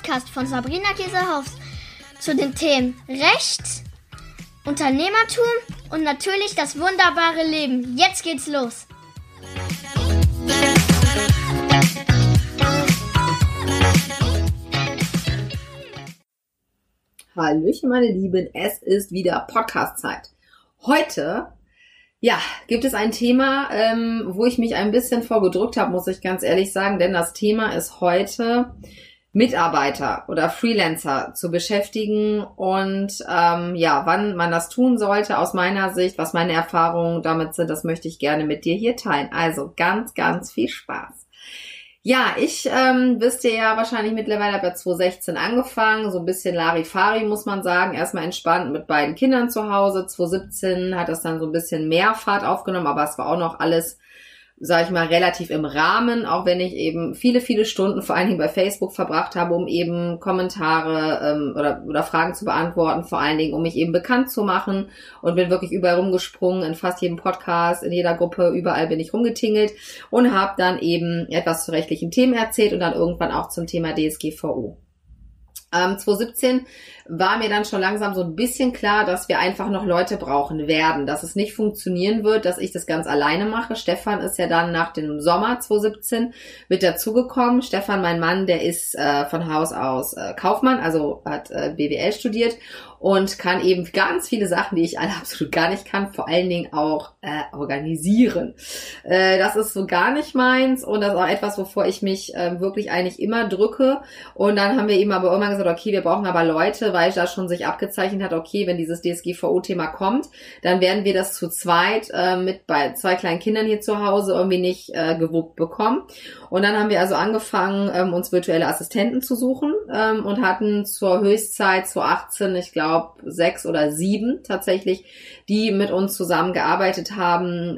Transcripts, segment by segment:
Podcast von Sabrina Käsehaus zu den Themen Recht, Unternehmertum und natürlich das wunderbare Leben. Jetzt geht's los. Hallöchen, meine Lieben, es ist wieder Podcast-Zeit. Heute, gibt es ein Thema, wo ich mich ein bisschen vorgedrückt habe, muss ich ganz ehrlich sagen, denn das Thema ist heute, Mitarbeiter oder Freelancer zu beschäftigen und wann man das tun sollte aus meiner Sicht, was meine Erfahrungen damit sind, das möchte ich gerne mit dir hier teilen. Also ganz, ganz viel Spaß. Ja, ich wisst ihr ja wahrscheinlich mittlerweile, habe ja 2016 angefangen, so ein bisschen Larifari muss man sagen, erstmal entspannt mit beiden Kindern zu Hause. 2017 hat das dann so ein bisschen mehr Fahrt aufgenommen, aber es war auch noch alles, sage ich mal, relativ im Rahmen, auch wenn ich eben viele, viele Stunden vor allen Dingen bei Facebook verbracht habe, um eben Kommentare oder Fragen zu beantworten, vor allen Dingen, um mich eben bekannt zu machen und bin wirklich überall rumgesprungen, in fast jedem Podcast, in jeder Gruppe, überall bin ich rumgetingelt und habe dann eben etwas zu rechtlichen Themen erzählt und dann irgendwann auch zum Thema DSGVO. 2017 war mir dann schon langsam so ein bisschen klar, dass wir einfach noch Leute brauchen werden, dass es nicht funktionieren wird, dass ich das ganz alleine mache. Stefan ist ja dann nach dem Sommer 2017 mit dazugekommen. Stefan, mein Mann, der ist von Haus aus Kaufmann, also hat BWL studiert und kann eben ganz viele Sachen, die ich alle absolut gar nicht kann, vor allen Dingen auch organisieren. Das ist so gar nicht meins und das ist auch etwas, wovor ich mich wirklich eigentlich immer drücke. Und dann haben wir eben aber immer gesagt, okay, wir brauchen aber Leute, weil da schon sich abgezeichnet hat, okay, wenn dieses DSGVO-Thema kommt, dann werden wir das zu zweit mit bei 2 kleinen Kindern hier zu Hause irgendwie nicht gewuppt bekommen. Und dann haben wir also angefangen, uns virtuelle Assistenten zu suchen und hatten zur Höchstzeit 2018, ich glaube, 6 oder 7 tatsächlich, die mit uns zusammengearbeitet haben.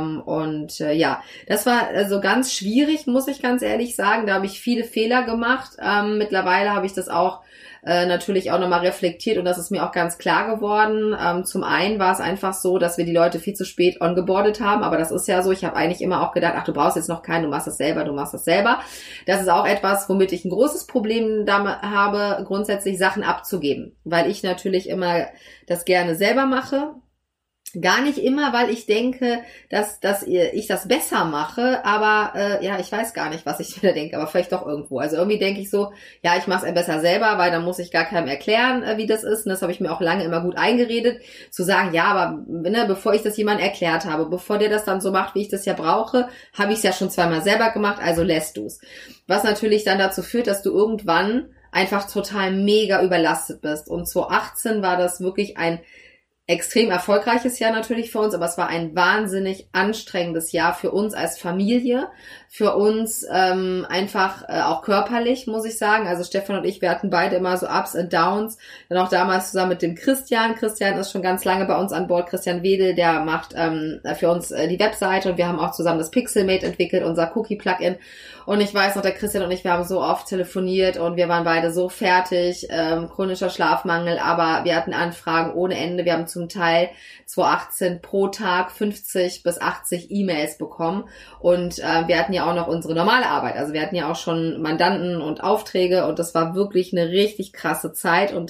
Das war also ganz schwierig, muss ich ganz ehrlich sagen. Da habe ich viele Fehler gemacht. Mittlerweile habe ich das auch natürlich auch nochmal reflektiert und das ist mir auch ganz klar geworden. Zum einen war es einfach so, dass wir die Leute viel zu spät ongeboardet haben, aber das ist ja so, ich habe eigentlich immer auch gedacht, ach, du brauchst jetzt noch keinen, du machst das selber. Das ist auch etwas, womit ich ein großes Problem damit habe, grundsätzlich Sachen abzugeben, weil ich natürlich immer das gerne selber mache. Gar nicht immer, weil ich denke, dass ich das besser mache, aber ich weiß gar nicht, was ich wieder denke, aber vielleicht doch irgendwo. Also irgendwie denke ich so, ja, ich mache es besser selber, weil dann muss ich gar keinem erklären, wie das ist. Und das habe ich mir auch lange immer gut eingeredet, zu sagen, ja, aber bevor ich das jemandem erklärt habe, bevor der das dann so macht, wie ich das ja brauche, habe ich es ja schon zweimal selber gemacht, also lässt du es. Was natürlich dann dazu führt, dass du irgendwann einfach total mega überlastet bist. Und 2018 war das wirklich ein extrem erfolgreiches Jahr natürlich für uns, aber es war ein wahnsinnig anstrengendes Jahr für uns als Familie, für uns einfach auch körperlich, muss ich sagen. Also Stefan und ich, wir hatten beide immer so Ups und Downs. Dann auch damals zusammen mit dem Christian. Christian ist schon ganz lange bei uns an Bord. Christian Wedel, der macht für uns die Webseite und wir haben auch zusammen das Pixelmate entwickelt, unser Cookie-Plugin. Und ich weiß noch, der Christian und ich, wir haben so oft telefoniert und wir waren beide so fertig, chronischer Schlafmangel, aber wir hatten Anfragen ohne Ende. Wir haben zum Teil 2018 pro Tag 50 bis 80 E-Mails bekommen und wir hatten ja auch noch unsere normale Arbeit. Also wir hatten ja auch schon Mandanten und Aufträge und das war wirklich eine richtig krasse Zeit und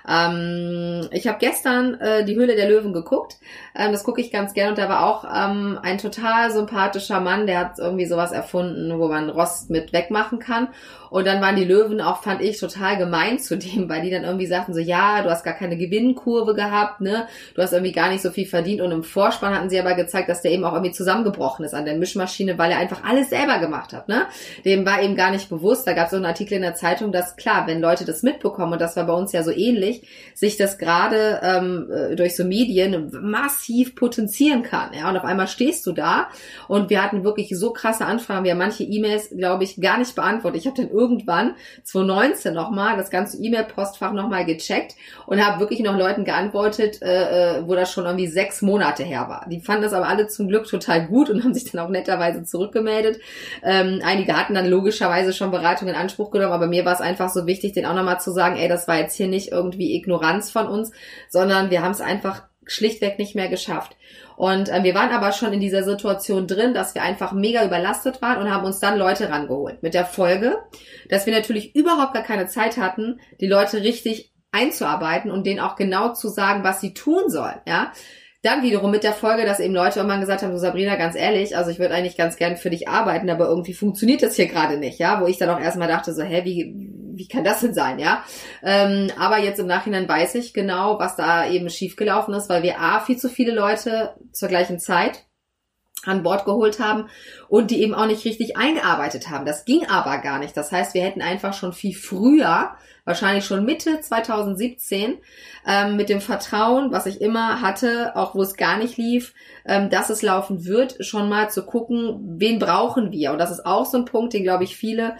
ich habe gestern die Höhle der Löwen geguckt. Das gucke ich ganz gerne und da war auch ein total sympathischer Mann, der hat irgendwie sowas erfunden, wo man Rost mit wegmachen kann. Und dann waren die Löwen auch, fand ich, total gemein zu dem, weil die dann irgendwie sagten so, ja, du hast gar keine Gewinnkurve gehabt, ne? Du hast irgendwie gar nicht so viel verdient. Und im Vorspann hatten sie aber gezeigt, dass der eben auch irgendwie zusammengebrochen ist an der Mischmaschine, weil er einfach alles selber gemacht hat, ne? Dem war eben gar nicht bewusst. Da gab es so einen Artikel in der Zeitung, dass klar, wenn Leute das mitbekommen, und das war bei uns ja so ähnlich, sich das gerade durch so Medien massiv potenzieren kann, ja? Und auf einmal stehst du da und wir hatten wirklich so krasse Anfragen. Wir haben manche E-Mails, glaube ich, gar nicht beantwortet. Ich habe dann irgendwann 2019 nochmal das ganze E-Mail-Postfach nochmal gecheckt und habe wirklich noch Leuten geantwortet, wo das schon irgendwie 6 Monate her war. Die fanden das aber alle zum Glück total gut und haben sich dann auch netterweise zurückgemeldet. Einige hatten dann logischerweise schon Beratung in Anspruch genommen, aber mir war es einfach so wichtig, denen auch nochmal zu sagen, ey, das war jetzt hier nicht irgendwie Ignoranz von uns, sondern wir haben es einfach schlichtweg nicht mehr geschafft. Und wir waren aber schon in dieser Situation drin, dass wir einfach mega überlastet waren und haben uns dann Leute rangeholt. Mit der Folge, dass wir natürlich überhaupt gar keine Zeit hatten, die Leute richtig einzuarbeiten und denen auch genau zu sagen, was sie tun sollen, ja. Dann wiederum mit der Folge, dass eben Leute irgendwann gesagt haben, so Sabrina, ganz ehrlich, also ich würde eigentlich ganz gern für dich arbeiten, aber irgendwie funktioniert das hier gerade nicht, ja, wo ich dann auch erstmal dachte, so, wie kann das denn sein, ja, aber jetzt im Nachhinein weiß ich genau, was da eben schiefgelaufen ist, weil wir viel zu viele Leute zur gleichen Zeit an Bord geholt haben und die eben auch nicht richtig eingearbeitet haben. Das ging aber gar nicht. Das heißt, wir hätten einfach schon viel früher, wahrscheinlich schon Mitte 2017, mit dem Vertrauen, was ich immer hatte, auch wo es gar nicht lief, dass es laufen wird, schon mal zu gucken, wen brauchen wir. Und das ist auch so ein Punkt, den, glaube ich, viele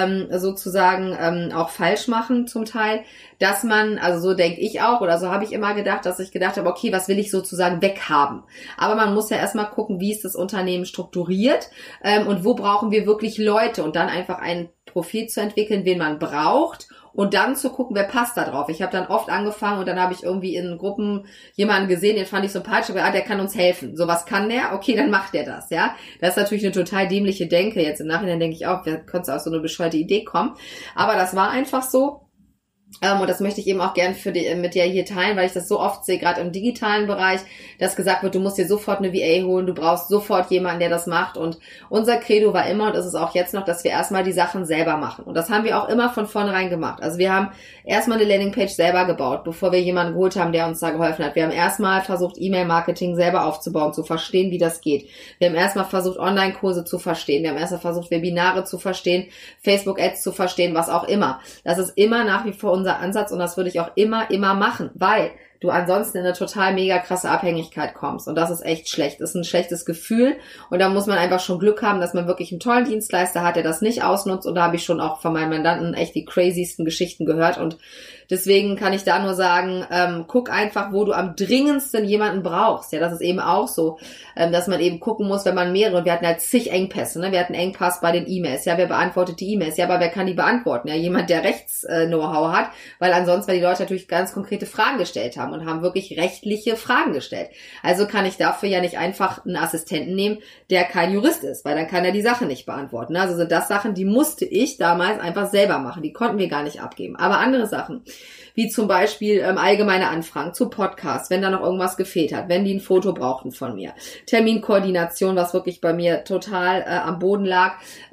sozusagen auch falsch machen zum Teil, dass man, also so denke ich auch, oder so habe ich immer gedacht, dass ich gedacht habe, okay, was will ich sozusagen weghaben? Aber man muss ja erstmal gucken, wie ist das Unternehmen strukturiert und wo brauchen wir wirklich Leute und dann einfach ein Profil zu entwickeln, wen man braucht und dann zu gucken, wer passt da drauf. Ich habe dann oft angefangen und dann habe ich irgendwie in Gruppen jemanden gesehen, den fand ich sympathisch, aber der kann uns helfen. So, was kann der? Okay, dann macht der das, ja. Das ist natürlich eine total dämliche Denke. Jetzt im Nachhinein denke ich auch, wer könnte auf so eine bescheuerte Idee kommen. Aber das war einfach so. Und das möchte ich eben auch gern mit dir hier teilen, weil ich das so oft sehe, gerade im digitalen Bereich, dass gesagt wird, du musst dir sofort eine VA holen, du brauchst sofort jemanden, der das macht. Und unser Credo war immer, und das ist auch jetzt noch, dass wir erstmal die Sachen selber machen. Und das haben wir auch immer von vornherein gemacht. Also wir haben erstmal eine Landingpage selber gebaut, bevor wir jemanden geholt haben, der uns da geholfen hat. Wir haben erstmal versucht, E-Mail-Marketing selber aufzubauen, zu verstehen, wie das geht. Wir haben erstmal versucht, Online-Kurse zu verstehen. Wir haben erstmal versucht, Webinare zu verstehen, Facebook-Ads zu verstehen, was auch immer. Das ist immer nach wie vor unser Ansatz und das würde ich auch immer machen, weil du ansonsten in eine total mega krasse Abhängigkeit kommst und das ist echt schlecht. Das ist ein schlechtes Gefühl und da muss man einfach schon Glück haben, dass man wirklich einen tollen Dienstleister hat, der das nicht ausnutzt und da habe ich schon auch von meinen Mandanten echt die crazysten Geschichten gehört und deswegen kann ich da nur sagen, guck einfach, wo du am dringendsten jemanden brauchst. Ja, das ist eben auch so, dass man eben gucken muss, wenn man mehrere, wir hatten halt zig Engpässe, ne? Wir hatten Engpass bei den E-Mails. Ja, wer beantwortet die E-Mails? Ja, aber wer kann die beantworten? Ja, jemand, der Rechts-Know-how hat, weil ansonsten, weil die Leute natürlich ganz konkrete Fragen gestellt haben und haben wirklich rechtliche Fragen gestellt. Also kann ich dafür ja nicht einfach einen Assistenten nehmen, der kein Jurist ist, weil dann kann er die Sache nicht beantworten. Also sind das Sachen, die musste ich damals einfach selber machen. Die konnten wir gar nicht abgeben. Aber andere Sachen, wie zum Beispiel allgemeine Anfragen zu Podcasts, wenn da noch irgendwas gefehlt hat, wenn die ein Foto brauchten von mir. Terminkoordination, was wirklich bei mir total am Boden lag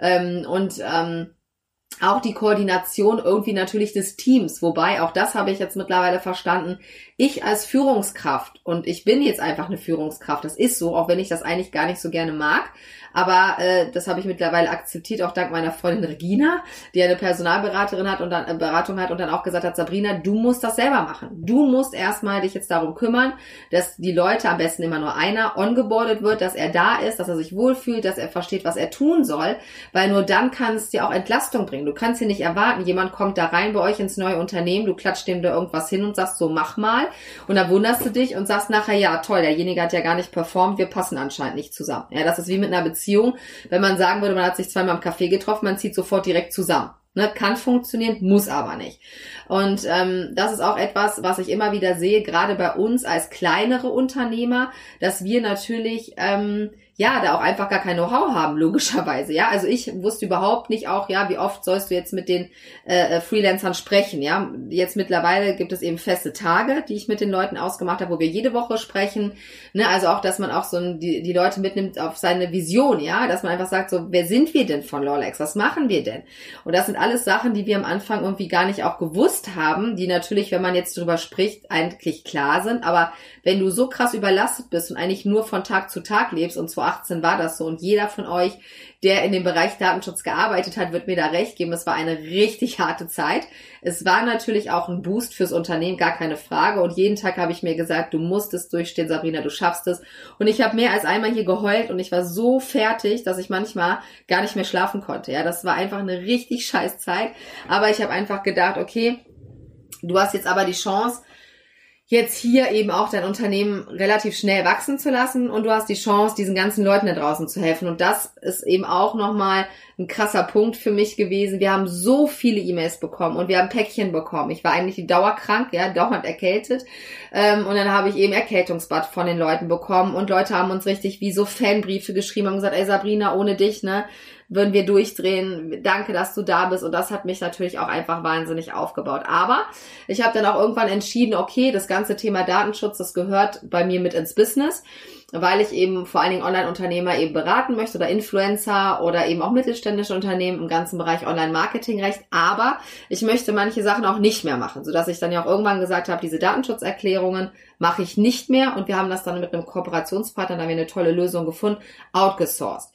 auch die Koordination irgendwie natürlich des Teams, wobei, auch das habe ich jetzt mittlerweile verstanden, ich als Führungskraft, und ich bin jetzt einfach eine Führungskraft, das ist so, auch wenn ich das eigentlich gar nicht so gerne mag, aber das habe ich mittlerweile akzeptiert, auch dank meiner Freundin Regina, die eine Personalberaterin hat und dann Beratung hat und dann auch gesagt hat, Sabrina, du musst das selber machen. Du musst erstmal dich jetzt darum kümmern, dass die Leute, am besten immer nur einer, ongeboardet wird, dass er da ist, dass er sich wohlfühlt, dass er versteht, was er tun soll, weil nur dann kann es dir auch Entlastung bringen. Du kannst hier nicht erwarten, jemand kommt da rein bei euch ins neue Unternehmen, du klatscht dem da irgendwas hin und sagst so, mach mal, und dann wunderst du dich und sagst nachher, ja toll, derjenige hat ja gar nicht performt, wir passen anscheinend nicht zusammen. Ja, das ist wie mit einer Beziehung, wenn man sagen würde, man hat sich zweimal im Café getroffen, man zieht sofort direkt zusammen. Ne, kann funktionieren, muss aber nicht. Und das ist auch etwas, was ich immer wieder sehe, gerade bei uns als kleinere Unternehmer, dass wir natürlich da auch einfach gar kein Know-how haben, logischerweise. Ja, also ich wusste überhaupt nicht auch, ja, wie oft sollst du jetzt mit den Freelancern sprechen. Ja, jetzt mittlerweile gibt es eben feste Tage, die ich mit den Leuten ausgemacht habe, wo wir jede Woche sprechen. Ne, also auch, dass man auch so die Leute mitnimmt auf seine Vision, ja, dass man einfach sagt, so, wer sind wir denn von Lawlex? Was machen wir denn? Und das sind alles Sachen, die wir am Anfang irgendwie gar nicht auch gewusst haben, die natürlich, wenn man jetzt drüber spricht, eigentlich klar sind. Aber wenn du so krass überlastet bist und eigentlich nur von Tag zu Tag lebst, und 2018 war das so, und jeder von euch, der in dem Bereich Datenschutz gearbeitet hat, wird mir da recht geben, es war eine richtig harte Zeit. Es war natürlich auch ein Boost fürs Unternehmen, gar keine Frage. Und jeden Tag habe ich mir gesagt, du musst es durchstehen, Sabrina, du schaffst es. Und ich habe mehr als einmal hier geheult und ich war so fertig, dass ich manchmal gar nicht mehr schlafen konnte. Ja, das war einfach eine richtig scheiß Zeit. Aber ich habe einfach gedacht, okay, du hast jetzt aber die Chance, jetzt hier eben auch dein Unternehmen relativ schnell wachsen zu lassen und du hast die Chance, diesen ganzen Leuten da draußen zu helfen. Und das ist eben auch nochmal ein krasser Punkt für mich gewesen. Wir haben so viele E-Mails bekommen und wir haben Päckchen bekommen. Ich war eigentlich dauerkrank, ja, dauernd erkältet. Und dann habe ich eben Erkältungsbad von den Leuten bekommen und Leute haben uns richtig wie so Fanbriefe geschrieben, haben gesagt, ey Sabrina, ohne dich, ne, würden wir durchdrehen. Danke, dass du da bist. Und das hat mich natürlich auch einfach wahnsinnig aufgebaut. Aber ich habe dann auch irgendwann entschieden, okay, das ganze Thema Datenschutz, das gehört bei mir mit ins Business, weil ich eben vor allen Dingen Online-Unternehmer eben beraten möchte oder Influencer oder eben auch mittelständische Unternehmen im ganzen Bereich Online-Marketing-Recht. Aber ich möchte manche Sachen auch nicht mehr machen, sodass ich dann ja auch irgendwann gesagt habe, diese Datenschutzerklärungen mache ich nicht mehr. Und wir haben das dann mit einem Kooperationspartner, da haben wir eine tolle Lösung gefunden, outgesourced.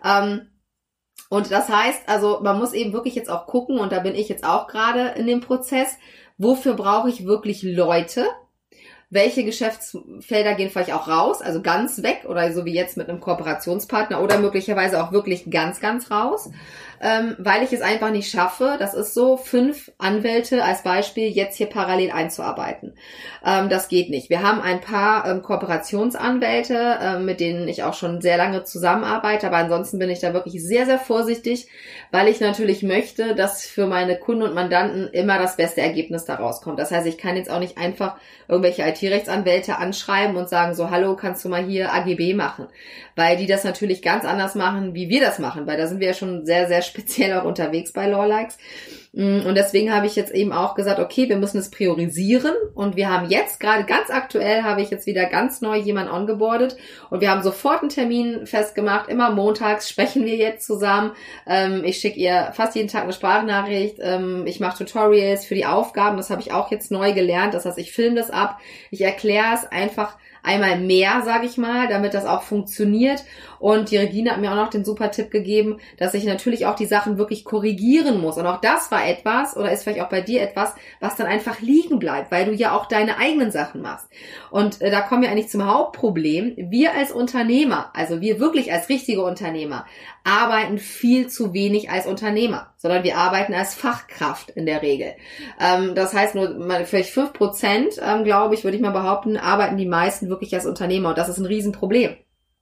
Und das heißt, also man muss eben wirklich jetzt auch gucken, und da bin ich jetzt auch gerade in dem Prozess, wofür brauche ich wirklich Leute? Welche Geschäftsfelder gehen vielleicht auch raus, also ganz weg oder so wie jetzt mit einem Kooperationspartner oder möglicherweise auch wirklich ganz, ganz raus, weil ich es einfach nicht schaffe, das ist so, 5 Anwälte als Beispiel jetzt hier parallel einzuarbeiten. Das geht nicht. Wir haben ein paar Kooperationsanwälte, mit denen ich auch schon sehr lange zusammenarbeite, aber ansonsten bin ich da wirklich sehr, sehr vorsichtig, weil ich natürlich möchte, dass für meine Kunden und Mandanten immer das beste Ergebnis daraus kommt. Das heißt, ich kann jetzt auch nicht einfach irgendwelche IT-Rechtsanwälte anschreiben und sagen so, hallo, kannst du mal hier AGB machen? Weil die das natürlich ganz anders machen, wie wir das machen, weil da sind wir ja schon sehr, sehr speziell auch unterwegs bei Lawlikes. Und deswegen habe ich jetzt eben auch gesagt, okay, wir müssen es priorisieren und wir haben jetzt gerade ganz aktuell, habe ich jetzt wieder ganz neu jemanden ongeboardet und wir haben sofort einen Termin festgemacht, immer montags sprechen wir jetzt zusammen. Ich schicke ihr fast jeden Tag eine Sprachnachricht, ich mache Tutorials für die Aufgaben, das habe ich auch jetzt neu gelernt, das heißt, ich filme das ab, ich erkläre es einfach einmal mehr, sage ich mal, damit das auch funktioniert. Und die Regina hat mir auch noch den super Tipp gegeben, dass ich natürlich auch die Sachen wirklich korrigieren muss. Und auch das war etwas, oder ist vielleicht auch bei dir etwas, was dann einfach liegen bleibt, weil du ja auch deine eigenen Sachen machst. Und da kommen wir eigentlich zum Hauptproblem. Wir als Unternehmer, also wir wirklich als richtige Unternehmer, arbeiten viel zu wenig als Unternehmer, sondern wir arbeiten als Fachkraft in der Regel. Das heißt, nur vielleicht 5%, glaube ich, würde ich mal behaupten, arbeiten die meisten wirklich als Unternehmer. Und das ist ein Riesenproblem.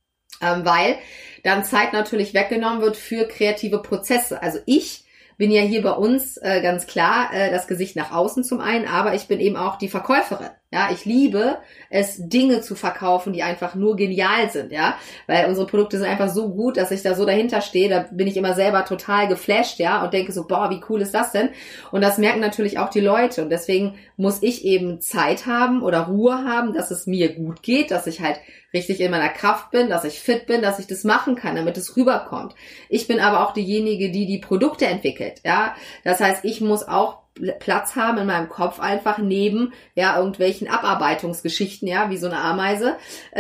Weil dann Zeit natürlich weggenommen wird für kreative Prozesse. Also ich bin ja hier bei uns ganz klar das Gesicht nach außen zum einen, aber ich bin eben auch die Verkäuferin. Ja, ich liebe es, Dinge zu verkaufen, die einfach nur genial sind, ja, weil unsere Produkte sind einfach so gut, dass ich da so dahinter stehe, da bin ich immer selber total geflasht, ja, und denke so, boah, wie cool ist das denn? Und das merken natürlich auch die Leute und deswegen muss ich eben Zeit haben oder Ruhe haben, dass es mir gut geht, dass ich halt richtig in meiner Kraft bin, dass ich fit bin, dass ich das machen kann, damit es rüberkommt. Ich bin aber auch diejenige, die die Produkte entwickelt, ja, das heißt, ich muss auch Platz haben in meinem Kopf einfach neben ja irgendwelchen Abarbeitungsgeschichten, ja, wie so eine Ameise,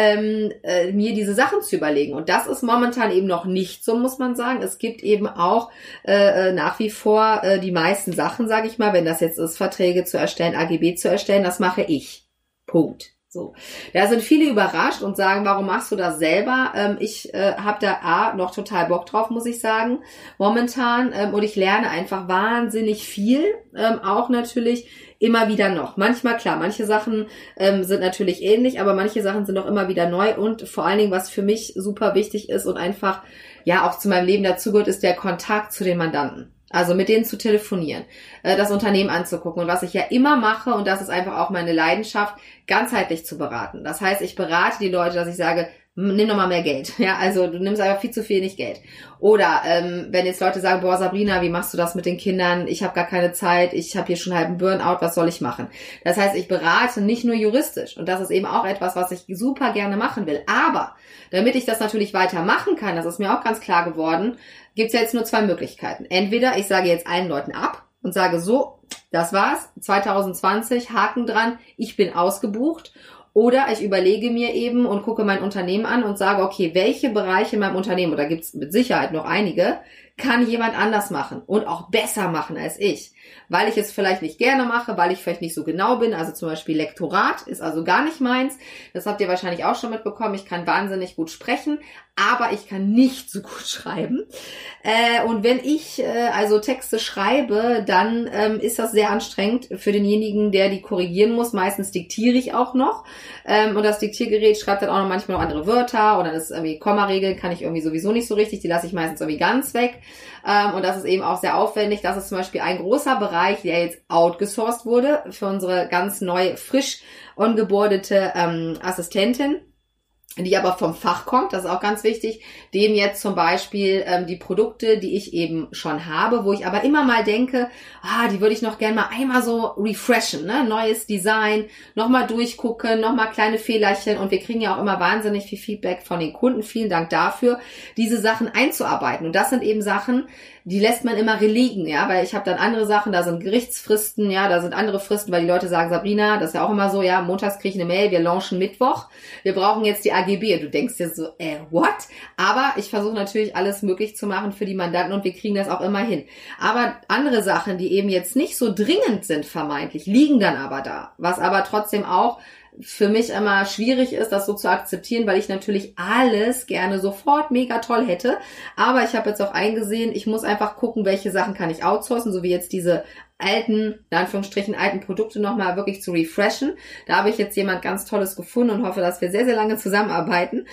mir diese Sachen zu überlegen. Und das ist momentan eben noch nicht so, muss man sagen. Es gibt eben auch nach wie vor die meisten Sachen, sage ich mal, wenn das jetzt ist, Verträge zu erstellen, AGB zu erstellen, das mache ich. Punkt. So, da sind viele überrascht und sagen, warum machst du das selber? Ich habe da noch total Bock drauf, muss ich sagen, momentan. Und ich lerne einfach wahnsinnig viel, auch natürlich immer wieder noch. Manchmal, klar, manche Sachen sind natürlich ähnlich, aber manche Sachen sind auch immer wieder neu. Und vor allen Dingen, was für mich super wichtig ist und einfach ja auch zu meinem Leben dazugehört, ist der Kontakt zu den Mandanten. Also mit denen zu telefonieren, das Unternehmen anzugucken und was ich ja immer mache, und das ist einfach auch meine Leidenschaft, ganzheitlich zu beraten. Das heißt, ich berate die Leute, dass ich sage, nimm noch mal mehr Geld. Ja, also du nimmst einfach viel zu wenig Geld. Oder wenn jetzt Leute sagen, boah Sabrina, wie machst du das mit den Kindern? Ich habe gar keine Zeit, ich habe hier schon halb einen Burnout, was soll ich machen? Das heißt, ich berate nicht nur juristisch und das ist eben auch etwas, was ich super gerne machen will. Aber damit ich das natürlich weiter machen kann, das ist mir auch ganz klar geworden, gibt's ja jetzt nur 2 Möglichkeiten. Entweder ich sage jetzt allen Leuten ab und sage so, das war's, 2020, Haken dran, ich bin ausgebucht. Oder ich überlege mir eben und gucke mein Unternehmen an und sage, okay, welche Bereiche in meinem Unternehmen, oder gibt's mit Sicherheit noch einige, kann jemand anders machen und auch besser machen als ich. Weil ich es vielleicht nicht gerne mache, weil ich vielleicht nicht so genau bin. Also zum Beispiel Lektorat ist also gar nicht meins. Das habt ihr wahrscheinlich auch schon mitbekommen. Ich kann wahnsinnig gut sprechen, aber ich kann nicht so gut schreiben. Und wenn ich also Texte schreibe, dann ist das sehr anstrengend für denjenigen, der die korrigieren muss. Meistens diktiere ich auch noch. Und das Diktiergerät schreibt dann auch noch manchmal noch andere Wörter. Und dann ist irgendwie Kommaregeln kann ich irgendwie sowieso nicht so richtig. Die lasse ich meistens irgendwie ganz weg. Und das ist eben auch sehr aufwendig. Das ist zum Beispiel ein großer Bereich, der jetzt outgesourced wurde für unsere ganz neu, frisch ongebordete Assistentin, die aber vom Fach kommt, das ist auch ganz wichtig, dem jetzt zum Beispiel die Produkte, die ich eben schon habe, wo ich aber immer mal denke, die würde ich noch gerne mal einmal so refreshen, ne? Neues Design, nochmal durchgucken, nochmal kleine Fehlerchen, und wir kriegen ja auch immer wahnsinnig viel Feedback von den Kunden, vielen Dank dafür, diese Sachen einzuarbeiten. Und das sind eben Sachen, die lässt man immer liegen, ja, weil ich habe dann andere Sachen, da sind Gerichtsfristen, ja, da sind andere Fristen, weil die Leute sagen, Sabrina, das ist ja auch immer so, ja, montags kriege ich eine Mail, wir launchen Mittwoch, wir brauchen jetzt die AGB, und du denkst dir so, what? Aber ich versuche natürlich alles möglich zu machen für die Mandanten, und wir kriegen das auch immer hin. Aber andere Sachen, die eben jetzt nicht so dringend sind vermeintlich, liegen dann aber da, was aber trotzdem auch für mich immer schwierig ist, das so zu akzeptieren, weil ich natürlich alles gerne sofort mega toll hätte. Aber ich habe jetzt auch eingesehen, ich muss einfach gucken, welche Sachen kann ich outsourcen, so wie jetzt diese alten, in Anführungsstrichen, alten Produkte nochmal wirklich zu refreshen. Da habe ich jetzt jemand ganz Tolles gefunden und hoffe, dass wir sehr, sehr lange zusammenarbeiten.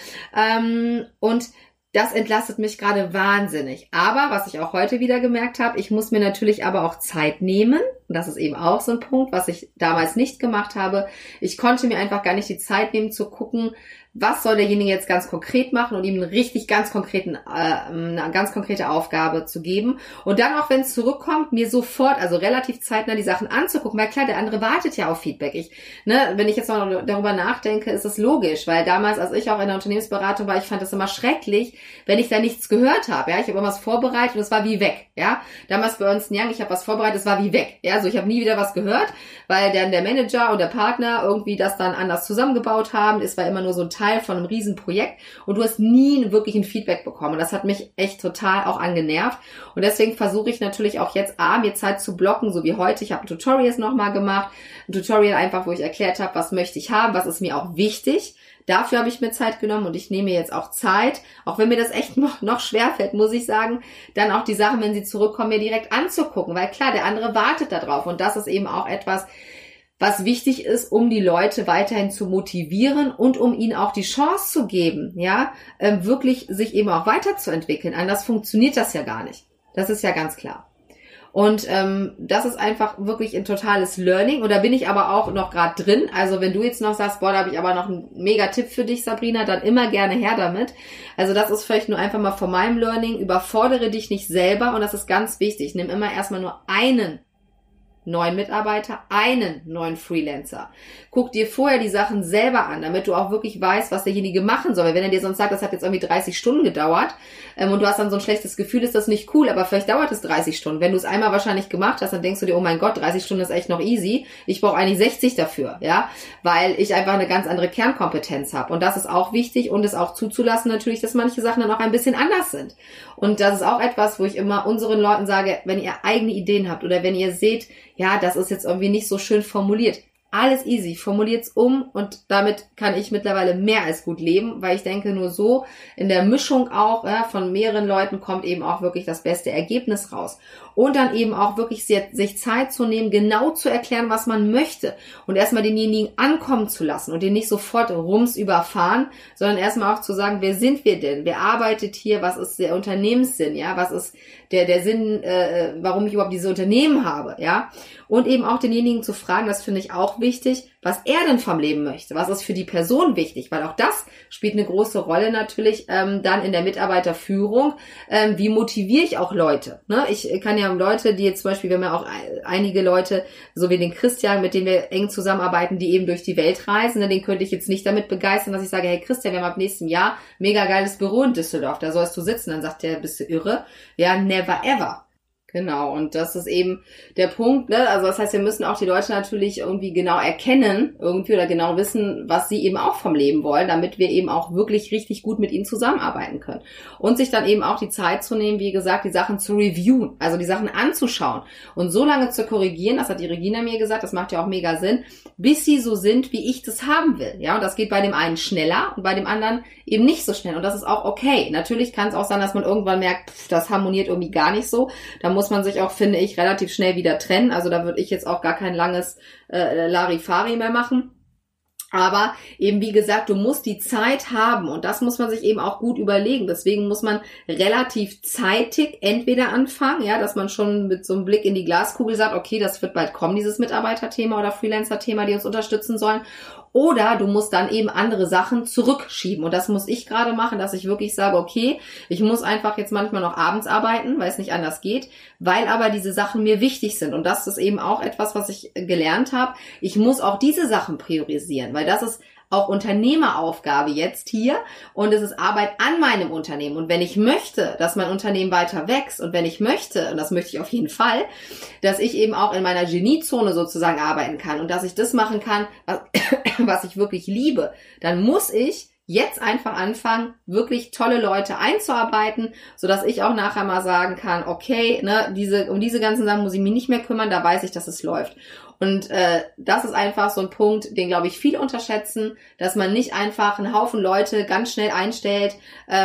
Und das entlastet mich gerade wahnsinnig. Aber, was ich auch heute wieder gemerkt habe, ich muss mir natürlich aber auch Zeit nehmen. Und das ist eben auch so ein Punkt, was ich damals nicht gemacht habe. Ich konnte mir einfach gar nicht die Zeit nehmen zu gucken, was soll derjenige jetzt ganz konkret machen, und ihm einen richtig ganz konkreten, eine ganz konkrete Aufgabe zu geben. Und dann auch, wenn es zurückkommt, mir sofort, also relativ zeitnah die Sachen anzugucken. Weil klar, der andere wartet ja auf Feedback. Wenn ich jetzt noch darüber nachdenke, ist es logisch, weil damals, als ich auch in der Unternehmensberatung war, ich fand das immer schrecklich, wenn ich da nichts gehört habe. Ja, ich habe irgendwas vorbereitet und es war wie weg. Ja, damals bei Ernst & Young, ich habe was vorbereitet, es war wie weg. Ja, also ich habe nie wieder was gehört, weil dann der Manager und der Partner irgendwie das dann anders zusammengebaut haben. Es war immer nur so ein Teil von einem riesen Projekt, und du hast nie wirklich ein Feedback bekommen. Und das hat mich echt total auch angenervt. Und deswegen versuche ich natürlich auch jetzt mir Zeit zu blocken, so wie heute. Ich habe Tutorials nochmal gemacht. Ein Tutorial einfach, wo ich erklärt habe, was möchte ich haben, was ist mir auch wichtig. Dafür habe ich mir Zeit genommen, und ich nehme mir jetzt auch Zeit, auch wenn mir das echt noch schwerfällt, muss ich sagen, dann auch die Sachen, wenn sie zurückkommen, mir direkt anzugucken. Weil klar, der andere wartet da drauf, und das ist eben auch etwas, was wichtig ist, um die Leute weiterhin zu motivieren und um ihnen auch die Chance zu geben, ja, wirklich sich eben auch weiterzuentwickeln. Anders funktioniert das ja gar nicht. Das ist ja ganz klar. Und das ist einfach wirklich ein totales Learning. Und da bin ich aber auch noch gerade drin. Also wenn du jetzt noch sagst, da habe ich aber noch einen Mega-Tipp für dich, Sabrina, dann immer gerne her damit. Also das ist vielleicht nur einfach mal von meinem Learning. Überfordere dich nicht selber, und das ist ganz wichtig. Nimm immer erstmal nur einen neuen Mitarbeiter, einen neuen Freelancer. Guck dir vorher die Sachen selber an, damit du auch wirklich weißt, was derjenige machen soll. Weil wenn er dir sonst sagt, das hat jetzt irgendwie 30 Stunden gedauert, und du hast dann so ein schlechtes Gefühl, ist das nicht cool, aber vielleicht dauert es 30 Stunden. Wenn du es einmal wahrscheinlich gemacht hast, dann denkst du dir, oh mein Gott, 30 Stunden ist echt noch easy. Ich brauche eigentlich 60 dafür, ja, weil ich einfach eine ganz andere Kernkompetenz habe. Und das ist auch wichtig, und es auch zuzulassen natürlich, dass manche Sachen dann auch ein bisschen anders sind. Und das ist auch etwas, wo ich immer unseren Leuten sage, wenn ihr eigene Ideen habt oder wenn ihr seht, ja, das ist jetzt irgendwie nicht so schön formuliert, alles easy, formuliert's um, und damit kann ich mittlerweile mehr als gut leben, weil ich denke, nur so in der Mischung auch von mehreren Leuten kommt eben auch wirklich das beste Ergebnis raus. Und dann eben auch wirklich sich Zeit zu nehmen, genau zu erklären, was man möchte, und erstmal denjenigen ankommen zu lassen und den nicht sofort rums überfahren, sondern erstmal auch zu sagen, wer sind wir denn? Wer arbeitet hier? Was ist der Unternehmenssinn? Ja, was ist der Sinn, warum ich überhaupt diese Unternehmen habe? Ja, und eben auch denjenigen zu fragen, das finde ich auch wichtig, was er denn vom Leben möchte, was ist für die Person wichtig, weil auch das spielt eine große Rolle natürlich dann in der Mitarbeiterführung. Wie motiviere ich auch Leute? Ne? Ich kann ja Leute, die jetzt zum Beispiel, wir haben ja auch einige Leute, so wie den Christian, mit denen wir eng zusammenarbeiten, die eben durch die Welt reisen, ne? Den könnte ich jetzt nicht damit begeistern, dass ich sage, hey Christian, wir haben ab nächstem Jahr mega geiles Büro in Düsseldorf, da sollst du sitzen. Dann sagt der, bist du irre? Ja, never ever. Genau, und das ist eben der Punkt, ne? Also das heißt, wir müssen auch die Leute natürlich irgendwie genau erkennen, irgendwie oder genau wissen, was sie eben auch vom Leben wollen, damit wir eben auch wirklich richtig gut mit ihnen zusammenarbeiten können. Und sich dann eben auch die Zeit zu nehmen, wie gesagt, die Sachen zu reviewen, also die Sachen anzuschauen und so lange zu korrigieren, das hat die Regina mir gesagt, das macht ja auch mega Sinn, bis sie so sind, wie ich das haben will. Ja, und das geht bei dem einen schneller und bei dem anderen eben nicht so schnell. Und das ist auch okay. Natürlich kann es auch sein, dass man irgendwann merkt, das harmoniert irgendwie gar nicht so. Da muss man sich auch, finde ich, relativ schnell wieder trennen. Also da würde ich jetzt auch gar kein langes Larifari mehr machen. Aber eben, wie gesagt, du musst die Zeit haben und das muss man sich eben auch gut überlegen. Deswegen muss man relativ zeitig entweder anfangen, ja, dass man schon mit so einem Blick in die Glaskugel sagt, okay, das wird bald kommen, dieses Mitarbeiterthema oder Freelancer-Thema, die uns unterstützen sollen. Oder du musst dann eben andere Sachen zurückschieben. Und das muss ich gerade machen, dass ich wirklich sage, okay, ich muss einfach jetzt manchmal noch abends arbeiten, weil es nicht anders geht, weil aber diese Sachen mir wichtig sind. Und das ist eben auch etwas, was ich gelernt habe. Ich muss auch diese Sachen priorisieren, weil das ist auch Unternehmeraufgabe jetzt hier und es ist Arbeit an meinem Unternehmen. Und wenn ich möchte, dass mein Unternehmen weiter wächst und wenn ich möchte, und das möchte ich auf jeden Fall, dass ich eben auch in meiner Geniezone sozusagen arbeiten kann und dass ich das machen kann, was ich wirklich liebe, dann muss ich jetzt einfach anfangen, wirklich tolle Leute einzuarbeiten, sodass ich auch nachher mal sagen kann, okay, ne, um diese ganzen Sachen muss ich mich nicht mehr kümmern, da weiß ich, dass es läuft. Und das ist einfach so ein Punkt, den, glaube ich, viele unterschätzen, dass man nicht einfach einen Haufen Leute ganz schnell einstellt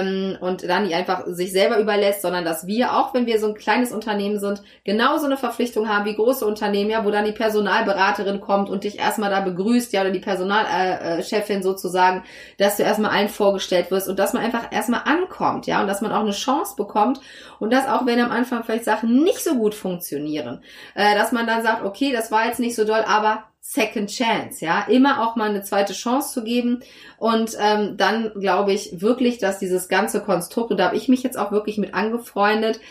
und dann die einfach sich selber überlässt, sondern dass wir, auch wenn wir so ein kleines Unternehmen sind, genauso eine Verpflichtung haben wie große Unternehmen, ja, wo dann die Personalberaterin kommt und dich erstmal da begrüßt, ja, oder die Personalchefin sozusagen, dass du erstmal allen vorgestellt wirst und dass man einfach erstmal ankommt, ja, und dass man auch eine Chance bekommt und dass auch wenn am Anfang vielleicht Sachen nicht so gut funktionieren, dass man dann sagt, okay, das war jetzt nicht so doll, aber Second Chance, ja, immer auch mal eine zweite Chance zu geben und dann glaube ich wirklich, dass dieses ganze Konstrukt, und da habe ich mich jetzt auch wirklich mit angefreundet,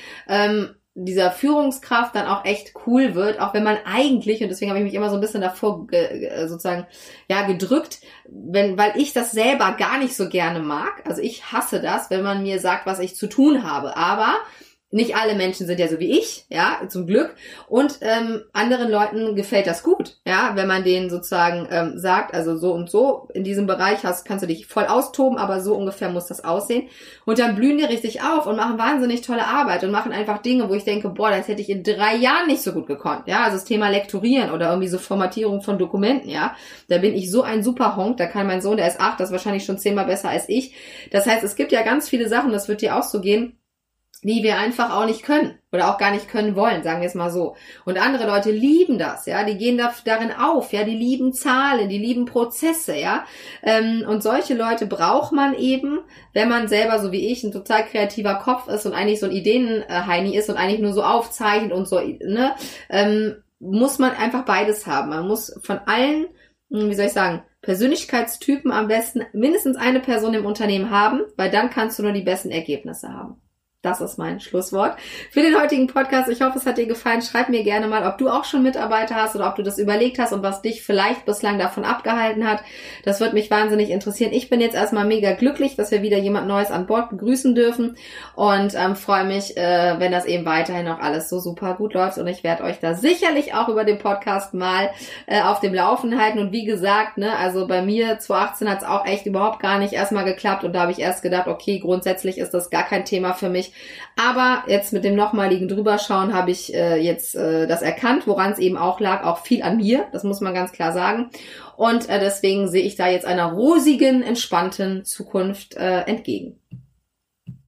dieser Führungskraft dann auch echt cool wird, auch wenn man eigentlich, und deswegen habe ich mich immer so ein bisschen davor sozusagen ja gedrückt, weil ich das selber gar nicht so gerne mag, also ich hasse das, wenn man mir sagt, was ich zu tun habe, aber nicht alle Menschen sind ja so wie ich, ja, zum Glück. Und anderen Leuten gefällt das gut, ja, wenn man denen sozusagen sagt, also so und so in diesem Bereich kannst du dich voll austoben, aber so ungefähr muss das aussehen. Und dann blühen die richtig auf und machen wahnsinnig tolle Arbeit und machen einfach Dinge, wo ich denke, boah, das hätte ich in 3 Jahren nicht so gut gekonnt, ja. Also das Thema Lektorieren oder irgendwie so Formatierung von Dokumenten, ja. Da bin ich so ein super Honk, da kann mein Sohn, der ist 8, das wahrscheinlich schon 10-mal besser als ich. Das heißt, es gibt ja ganz viele Sachen, das wird dir auch so gehen, die wir einfach auch nicht können oder auch gar nicht können wollen, sagen wir es mal so. Und andere Leute lieben das, ja, die gehen darin auf, ja, die lieben Zahlen, die lieben Prozesse, ja. Und solche Leute braucht man eben, wenn man selber so wie ich ein total kreativer Kopf ist und eigentlich so ein Ideenheini ist und eigentlich nur so aufzeichnet und so, ne, muss man einfach beides haben. Man muss von allen, wie soll ich sagen, Persönlichkeitstypen am besten mindestens eine Person im Unternehmen haben, weil dann kannst du nur die besten Ergebnisse haben. Das ist mein Schlusswort für den heutigen Podcast. Ich hoffe, es hat dir gefallen. Schreib mir gerne mal, ob du auch schon Mitarbeiter hast oder ob du das überlegt hast und was dich vielleicht bislang davon abgehalten hat. Das wird mich wahnsinnig interessieren. Ich bin jetzt erstmal mega glücklich, dass wir wieder jemand Neues an Bord begrüßen dürfen und freue mich, wenn das eben weiterhin auch alles so super gut läuft. Und ich werde euch da sicherlich auch über den Podcast mal auf dem Laufen halten. Und wie gesagt, ne, also bei mir 2018 hat es auch echt überhaupt gar nicht erstmal geklappt und da habe ich erst gedacht, okay, grundsätzlich ist das gar kein Thema für mich. Aber jetzt mit dem nochmaligen Drüberschauen habe ich jetzt das erkannt, woran es eben auch lag, auch viel an mir, das muss man ganz klar sagen. Und deswegen sehe ich da jetzt einer rosigen, entspannten Zukunft entgegen.